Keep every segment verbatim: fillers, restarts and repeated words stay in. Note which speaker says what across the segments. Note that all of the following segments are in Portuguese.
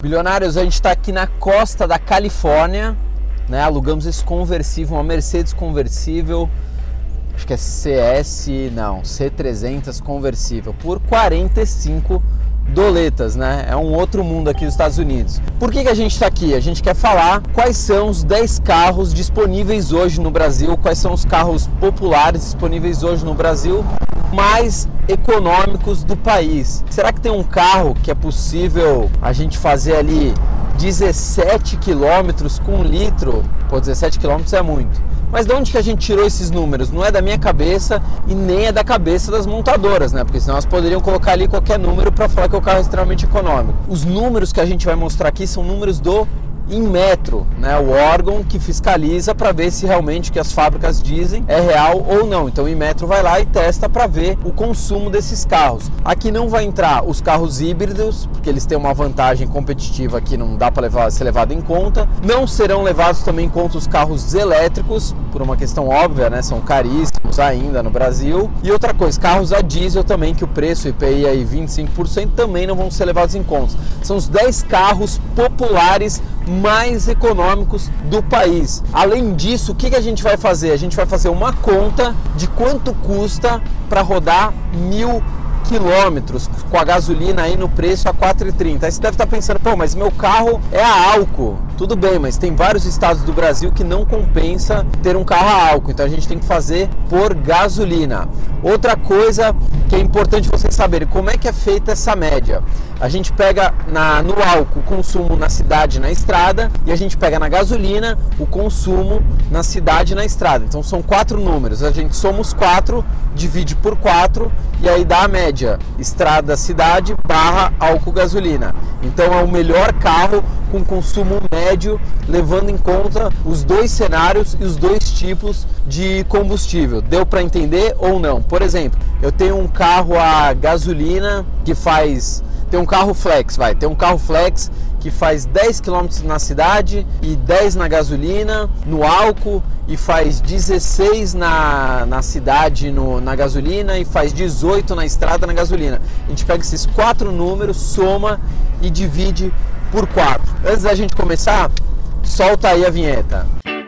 Speaker 1: Bilionários, a gente está aqui na costa da Califórnia, né? Alugamos esse conversível, uma Mercedes conversível, acho que é C S, não, C trezentos conversível, por quarenta e cinco doletas, né? É um outro mundo aqui nos Estados Unidos. Por que que a gente está aqui? A gente quer falar quais são os dez carros disponíveis hoje no Brasil, quais são os carros populares disponíveis hoje no Brasil, mais econômicos do país. Será que tem um carro que é possível a gente fazer ali dezessete quilômetros com um litro? Pô, dezessete quilômetros é muito. Mas de onde que a gente tirou esses números? Não é da minha cabeça e nem é da cabeça das montadoras, né? Porque senão elas poderiam colocar ali qualquer número para falar que o carro é extremamente econômico. Os números que a gente vai mostrar aqui são números do Inmetro, né, o órgão que fiscaliza para ver se realmente o que as fábricas dizem é real ou não. Então o Inmetro vai lá e testa para ver o consumo desses carros. Aqui não vai entrar os carros híbridos, porque eles têm uma vantagem competitiva que não dá para levar, ser levado em conta. Não serão levados também em conta os carros elétricos, por uma questão óbvia, né, são caríssimos ainda no Brasil. E outra coisa, carros a diesel também, que o preço I P I aí vinte e cinco por cento também não vão ser levados em conta. São os dez carros populares mais econômicos do país. Além disso, o que que a gente vai fazer? A gente vai fazer uma conta de quanto custa para rodar mil quilômetros com a gasolina aí no preço a quatro reais e trinta centavos. Aí você deve estar pensando, pô, mas meu carro é a álcool. Tudo bem, mas tem vários estados do Brasil que não compensa ter um carro a álcool, então a gente tem que fazer por gasolina. Outra coisa que é importante vocês saberem, como é que é feita essa média? A gente pega na, no álcool o consumo na cidade e na estrada, e a gente pega na gasolina o consumo na cidade e na estrada. Então são quatro números, a gente soma os quatro, divide por quatro e aí dá a média, estrada, cidade, barra álcool, gasolina. Então é o melhor carro com consumo médio, levando em conta os dois cenários e os dois tipos de combustível. Deu para entender ou não? Por exemplo, eu tenho um carro a gasolina que faz... Tem um carro flex, vai, tem um carro flex que faz dez quilômetros na cidade e dez na gasolina, no álcool, e faz dezesseis na, na cidade no, na gasolina e faz dezoito na estrada na gasolina. A gente pega esses quatro números, soma e divide por quatro. Antes da gente começar, solta aí a vinheta.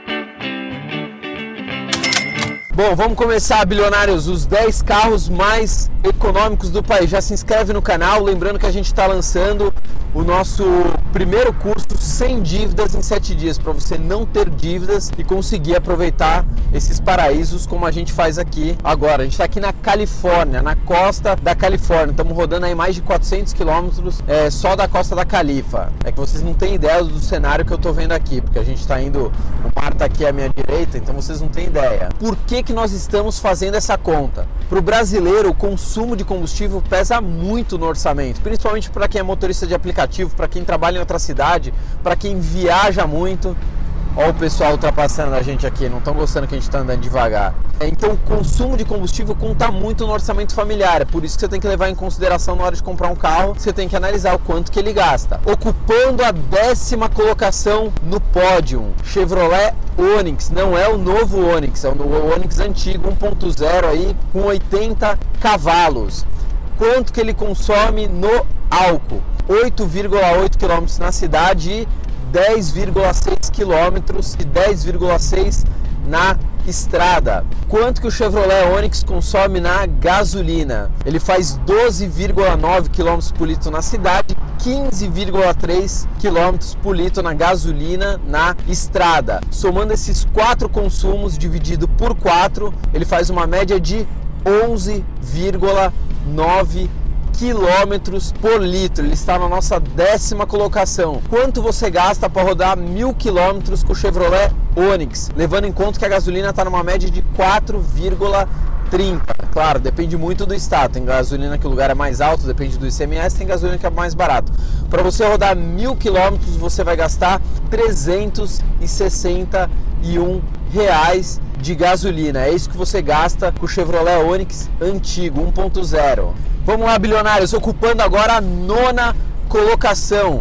Speaker 1: Bom, vamos começar, bilionários, os dez carros mais econômicos do país. Já se inscreve no canal, lembrando que a gente está lançando o nosso primeiro curso sem dívidas em sete dias, para você não ter dívidas e conseguir aproveitar esses paraísos como a gente faz aqui agora. A gente está aqui na Califórnia, na costa da Califórnia, estamos rodando aí mais de quatrocentos quilômetros é, só da costa da Califa. É que vocês não têm ideia do cenário que eu estou vendo aqui, porque a gente está indo, o mar está aqui à minha direita, então vocês não têm ideia. Por que que nós estamos fazendo essa conta? Para o brasileiro, o consumo de combustível pesa muito no orçamento, principalmente para quem é motorista de aplicativo, para quem trabalha em outra cidade, para quem viaja muito. Olha o pessoal ultrapassando a gente aqui, não estão gostando que a gente está andando devagar. Então o consumo de combustível conta muito no orçamento familiar, é por isso que você tem que levar em consideração na hora de comprar um carro, você tem que analisar o quanto que ele gasta. Ocupando a décima colocação no pódio, Chevrolet Onix, não é o novo Onix, é o Onix antigo um ponto zero aí com oitenta cavalos. Quanto que ele consome no álcool? oito vírgula oito quilômetros na cidade e dez vírgula seis quilômetros e dez vírgula seis na estrada. Quanto que o Chevrolet Onix consome na gasolina? Ele faz doze vírgula nove quilômetros por litro na cidade, quinze vírgula três quilômetros por litro na gasolina na estrada. Somando esses quatro consumos dividido por quatro, ele faz uma média de onze vírgula nove quilômetros por litro. Ele está na nossa décima colocação. Quanto você gasta para rodar mil quilômetros com o Chevrolet Onix, levando em conta que a gasolina está numa média de quatro vírgula trinta? Claro, depende muito do estado. Tem gasolina que o lugar é mais alto, depende do I C M S, tem gasolina que é mais barato. Para você rodar mil quilômetros, você vai gastar trezentos e sessenta e um reais de gasolina. É isso que você gasta com o Chevrolet Onix antigo um ponto zero. Vamos lá, bilionários, ocupando agora a nona colocação,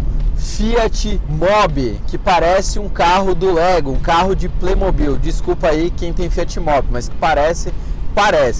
Speaker 1: Fiat Mobi, que parece um carro do Lego, um carro de Playmobil. Desculpa aí quem tem Fiat Mobi, mas que parece, parece.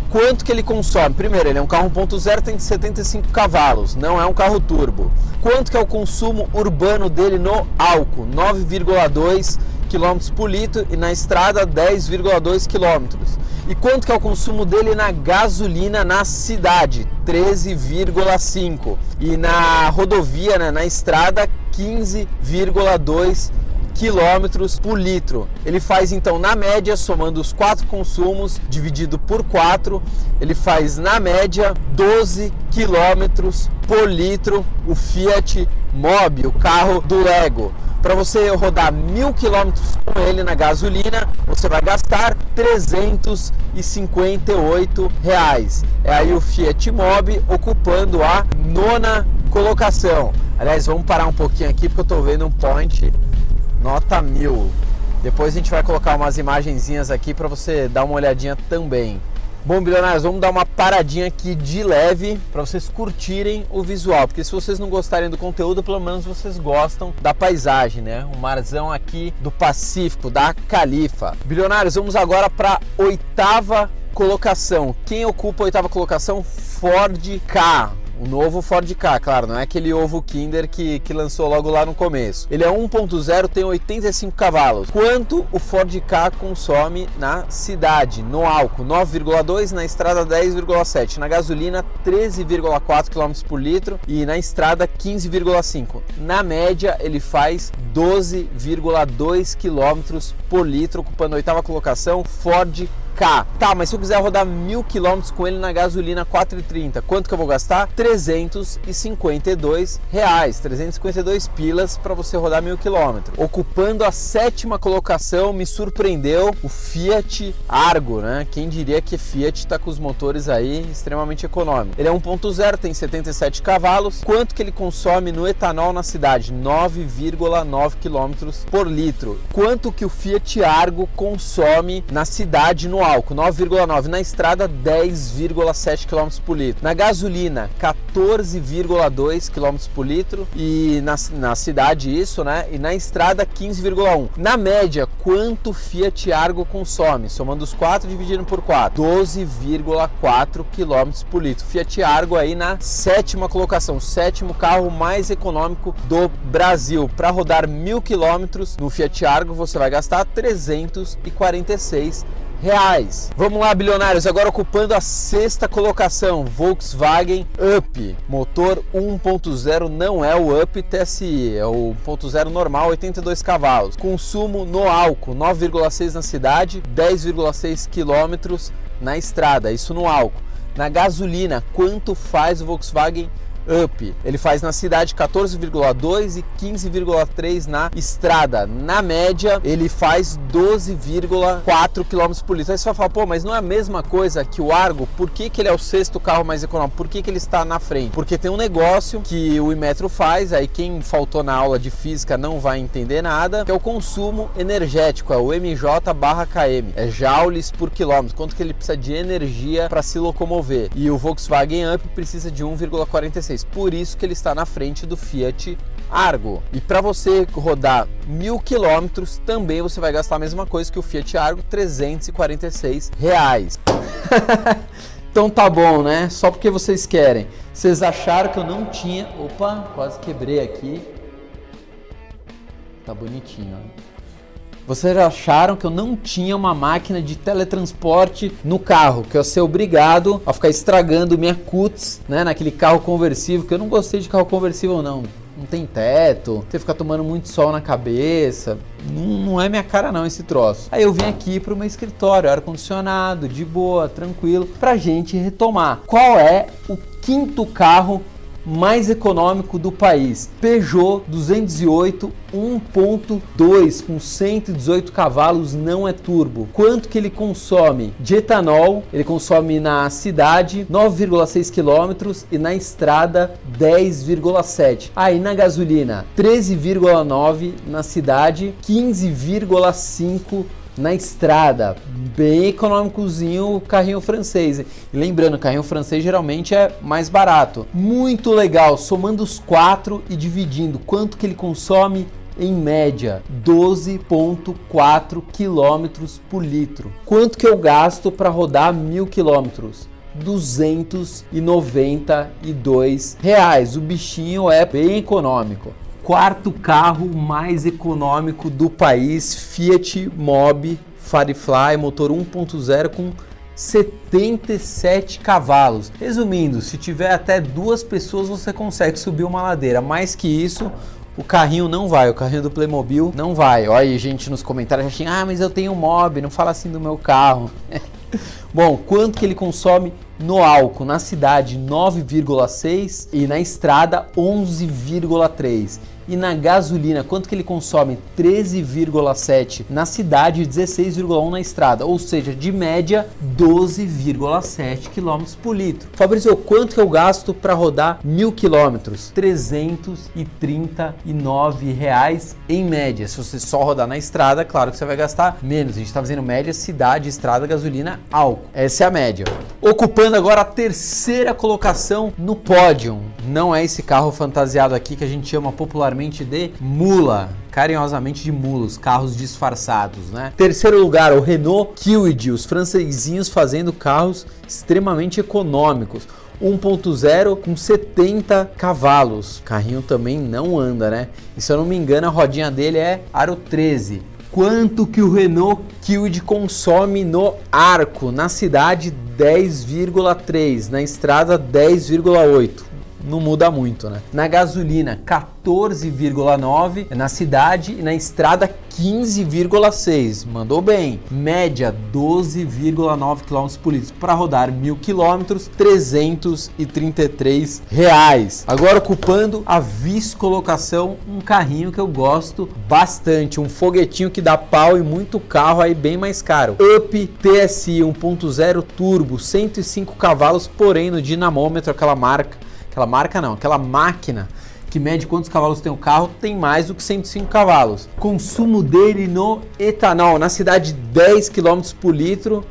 Speaker 1: Quanto que ele consome? Primeiro, ele é um carro um ponto zero, tem setenta e cinco cavalos, não é um carro turbo. Quanto que é o consumo urbano dele no álcool? nove vírgula dois quilômetros por litro e na estrada dez vírgula dois quilômetros. E quanto que é o consumo dele na gasolina na cidade? treze vírgula cinco. E na rodovia, né, na estrada, quinze vírgula dois quilômetros por litro. Ele faz então na média, somando os quatro consumos, dividido por quatro, ele faz na média doze quilômetros por litro o Fiat Mobi, o carro do Lego. Para você rodar mil quilômetros com ele na gasolina, você vai gastar trezentos e cinquenta e oito reais. É aí o Fiat Mobi ocupando a nona colocação. Aliás, vamos parar um pouquinho aqui porque eu estou vendo um point nota mil. Depois a gente vai colocar umas imagenzinhas aqui para você dar uma olhadinha também. Bom, bilionários, vamos dar uma paradinha aqui de leve para vocês curtirem o visual, porque se vocês não gostarem do conteúdo, pelo menos vocês gostam da paisagem, né? O marzão aqui do Pacífico, da Califa. Bilionários, vamos agora para a oitava colocação. Quem ocupa a oitava colocação? Ford Ka. O novo Ford Ka, claro, não é aquele ovo Kinder que, que lançou logo lá no começo. Ele é um ponto zero, tem oitenta e cinco cavalos. Quanto o Ford Ka consome na cidade? No álcool, nove vírgula dois, na estrada dez vírgula sete, na gasolina treze vírgula quatro quilômetros por litro e na estrada quinze vírgula cinco. Na média, ele faz doze vírgula dois quilômetros por litro, ocupando a oitava colocação, Ford Ka. Tá, mas se eu quiser rodar mil quilômetros com ele na gasolina quatro e trinta, quanto que eu vou gastar? trezentos e cinquenta e dois reais, trezentos e cinquenta e dois pilas para você rodar mil quilômetros. Ocupando a sétima colocação, me surpreendeu o Fiat Argo, né? Quem diria que Fiat está com os motores aí extremamente econômicos. Ele é um ponto zero, tem setenta e sete cavalos. Quanto que ele consome no etanol na cidade? nove vírgula nove quilômetros por litro. Quanto que o Fiat Argo consome na cidade no álcool? nove vírgula nove. Na estrada, dez vírgula sete quilômetros por litro. Na gasolina, quatorze vírgula dois quilômetros por litro. E na, na cidade isso, né? E na estrada, quinze vírgula um. Na média, quanto Fiat Argo consome? Somando os quatro, dividindo por quatro. doze vírgula quatro quilômetros por litro. Fiat Argo aí na sétima colocação. Sétimo carro mais econômico do Brasil. Para rodar mil quilômetros no Fiat Argo, você vai gastar trezentos e quarenta e seis reais. Vamos lá, bilionários, agora ocupando a sexta colocação, Volkswagen Up, motor um ponto zero, não é o Up T S I, é o um ponto zero normal, oitenta e dois cavalos. Consumo no álcool, nove vírgula seis na cidade, dez vírgula seis quilômetros na estrada, isso no álcool. Na gasolina, quanto faz o Volkswagen Up? Ele faz na cidade quatorze vírgula dois e quinze vírgula três na estrada. Na média, ele faz doze vírgula quatro quilômetros por litro. Aí você vai falar, pô, mas não é a mesma coisa que o Argo? Por que que ele é o sexto carro mais econômico? Por que que ele está na frente? Porque tem um negócio que o Inmetro faz, aí quem faltou na aula de física não vai entender nada, que é o consumo energético, é o M J barra K M, é joules por quilômetro, quanto que ele precisa de energia para se locomover. E o Volkswagen Up precisa de um vírgula quarenta e seis. Por isso que ele está na frente do Fiat Argo. E para você rodar mil quilômetros, também você vai gastar a mesma coisa que o Fiat Argo, trezentos e quarenta e seis reais. Então tá bom, né? Só porque vocês querem. Vocês acharam que eu não tinha... Opa, quase quebrei aqui. Tá bonitinho, ó. Vocês acharam que eu não tinha uma máquina de teletransporte no carro, que eu ia ser obrigado a ficar estragando minha cuts, né, naquele carro conversível, que eu não gostei de carro conversível não. Não tem teto, você fica tomando muito sol na cabeça, não, não é minha cara não esse troço. Aí eu vim aqui para o meu escritório, ar-condicionado, de boa, tranquilo, pra gente retomar. Qual é o quinto carro mais econômico do país? Peugeot duzentos e oito um ponto dois com cento e dezoito cavalos, não é turbo. Quanto que ele consome de etanol? Ele consome na cidade nove vírgula seis quilômetros e na estrada dez vírgula sete. Aí na gasolina treze vírgula nove na cidade, quinze vírgula cinco na estrada. Bem econômicozinho o carrinho francês. E lembrando, o carrinho francês geralmente é mais barato. Muito legal, somando os quatro e dividindo quanto que ele consome em média doze vírgula quatro quilômetros por litro. Quanto que eu gasto para rodar mil quilômetros? duzentos e noventa e dois reais. O bichinho é bem econômico. Quarto carro mais econômico do país, Fiat Mobi Firefly, motor um ponto zero com setenta e sete cavalos. Resumindo, se tiver até duas pessoas você consegue subir uma ladeira. Mais que isso, o carrinho não vai, o carrinho do Playmobil não vai. Olha aí, gente, nos comentários assim, ah, mas eu tenho um Mobi, não fala assim do meu carro. Bom, quanto que ele consome no álcool? Na cidade nove vírgula seis e na estrada onze vírgula três. E na gasolina, quanto que ele consome? treze vírgula sete na cidade e dezesseis vírgula um na estrada, ou seja, de média doze vírgula sete quilômetros por litro. Fabrício, quanto que eu gasto para rodar mil quilômetros? trezentos e trinta e nove reais em média. Se você só rodar na estrada, claro que você vai gastar menos. A gente está fazendo média cidade, estrada, gasolina, álcool. Essa é a média. Ocupando agora a terceira colocação no pódio. Não é esse carro fantasiado aqui que a gente chama popularmente de mula, carinhosamente de mulos, carros disfarçados, né? Terceiro lugar, o Renault Kwid, os francesinhos fazendo carros extremamente econômicos. um ponto zero com setenta cavalos. Carrinho também não anda, né? E se eu não me engano, a rodinha dele é aro treze. Quanto que o Renault Kwid consome no arco? Na cidade dez vírgula três, na estrada dez vírgula oito. Não muda muito, né? Na gasolina, quatorze vírgula nove, na cidade e na estrada quinze vírgula seis. Mandou bem. Média doze vírgula nove quilômetros por litro. Para rodar mil quilômetros, trezentos e trinta e três reais. Agora ocupando a vice-colocação, um carrinho que eu gosto bastante, um foguetinho que dá pau e muito carro aí bem mais caro. Up T S I um ponto zero turbo, cento e cinco cavalos, porém no dinamômetro, aquela marca Aquela marca não, aquela máquina que mede quantos cavalos tem o carro, tem mais do que cento e cinco cavalos. Consumo dele no etanol, na cidade dez quilômetros por litro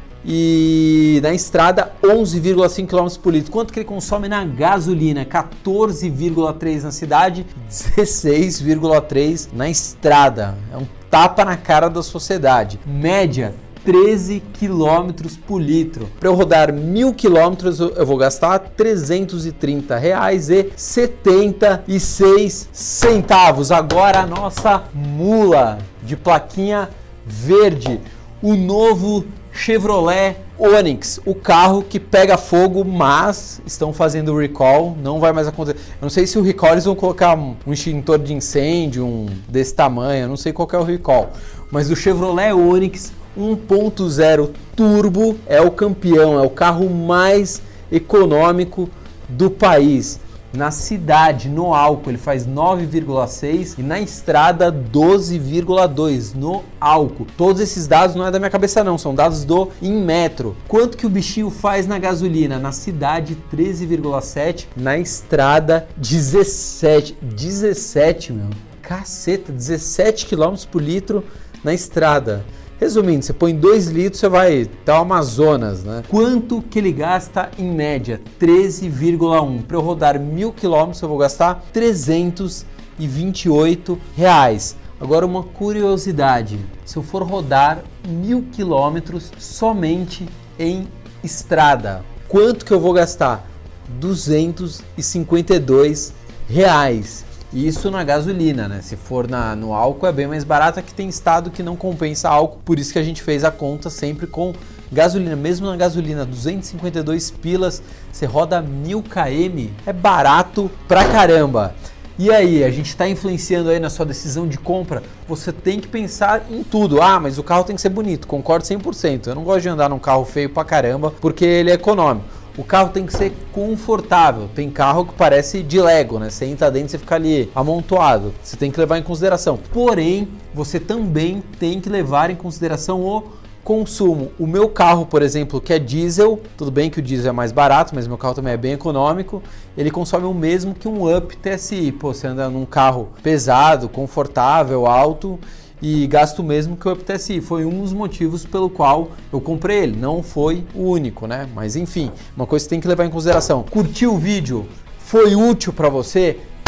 Speaker 1: e na estrada onze vírgula cinco quilômetros por litro. Quanto que ele consome na gasolina? quatorze vírgula três na cidade, dezesseis vírgula três na estrada. É um tapa na cara da sociedade. Média treze quilômetros por litro. Para eu rodar mil quilômetros eu vou gastar trezentos e trinta reais e setenta e seis centavos. Agora a nossa mula de plaquinha verde, o novo Chevrolet Onix, o carro que pega fogo, mas estão fazendo recall, não vai mais acontecer. Eu não sei se o recall eles vão colocar um extintor de incêndio, um desse tamanho, eu não sei qual que é o recall, mas o Chevrolet Onix um ponto zero turbo é o campeão, é o carro mais econômico do país. Na cidade, no álcool, ele faz nove vírgula seis e na estrada doze vírgula dois no álcool. Todos esses dados não é da minha cabeça não, são dados do Inmetro. Quanto que o bichinho faz na gasolina? Na cidade treze vírgula sete, na estrada dezessete. dezessete, meu. Caceta, dezessete quilômetros por litro na estrada. Resumindo, você põe dois litros, você vai até o Amazonas, né? Quanto que ele gasta em média? treze vírgula um. Para eu rodar mil quilômetros, eu vou gastar trezentos e vinte e oito reais. Agora uma curiosidade, se eu for rodar mil quilômetros somente em estrada, quanto que eu vou gastar? duzentos e cinquenta e dois reais. Isso na gasolina, né? Se for na, no álcool é bem mais barato, aqui tem estado que não compensa álcool, por isso que a gente fez a conta sempre com gasolina. Mesmo na gasolina, duzentos e cinquenta e dois pilas, você roda mil quilômetros, é barato pra caramba. E aí, a gente está influenciando aí na sua decisão de compra? Você tem que pensar em tudo. Ah, mas o carro tem que ser bonito, concordo cem por cento. Eu não gosto de andar num carro feio pra caramba, porque ele é econômico. O carro tem que ser confortável. Tem carro que parece de Lego, né? Você entra dentro e você fica ali amontoado. Você tem que levar em consideração. Porém, você também tem que levar em consideração o consumo. O meu carro, por exemplo, que é diesel, tudo bem que o diesel é mais barato, mas meu carro também é bem econômico, ele consome o mesmo que um Up T S I. Pô, você anda num carro pesado, confortável, alto, e gasto mesmo que o Up T S I. Foi um dos motivos pelo qual eu comprei ele. Não foi o único, né? Mas enfim, uma coisa que você tem que levar em consideração. Curtiu o vídeo? Foi útil para você?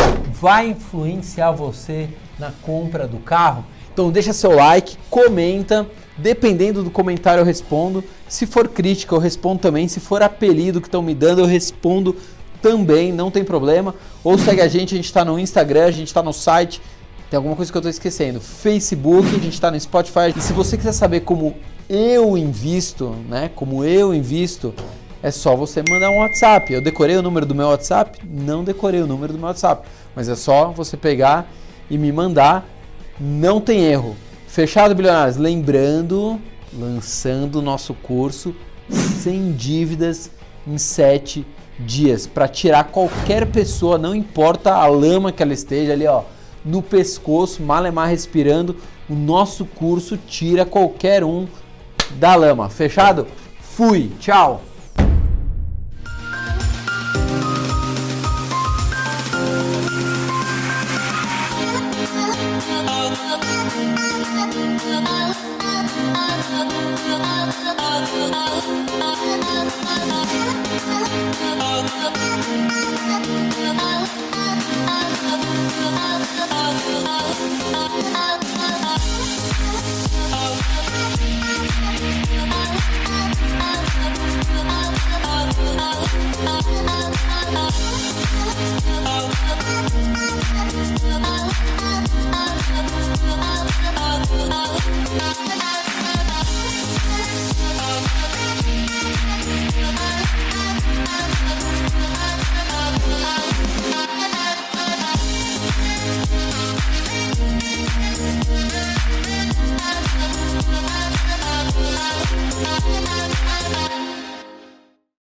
Speaker 1: vai influenciar você na compra do carro? Então deixa seu like, comenta, dependendo do comentário eu respondo. Se for crítica eu respondo também, se for apelido que estão me dando eu respondo também, não tem problema. Ou segue a gente, a gente está no Instagram, a gente está no site, tem alguma coisa que eu estou esquecendo, Facebook, a gente está no Spotify. E se você quiser saber como eu invisto, né, como eu invisto, é só você mandar um WhatsApp. Eu decorei o número do meu WhatsApp? Não decorei o número do meu WhatsApp, mas é só você pegar e me mandar, não tem erro. Fechado, bilionários? Lembrando, lançando o nosso curso sem dívidas em sete dias, para tirar qualquer pessoa, não importa a lama que ela esteja ali, ó, no pescoço, malemar respirando, o nosso curso tira qualquer um da lama. Fechado? Fui, tchau!
Speaker 2: Oh,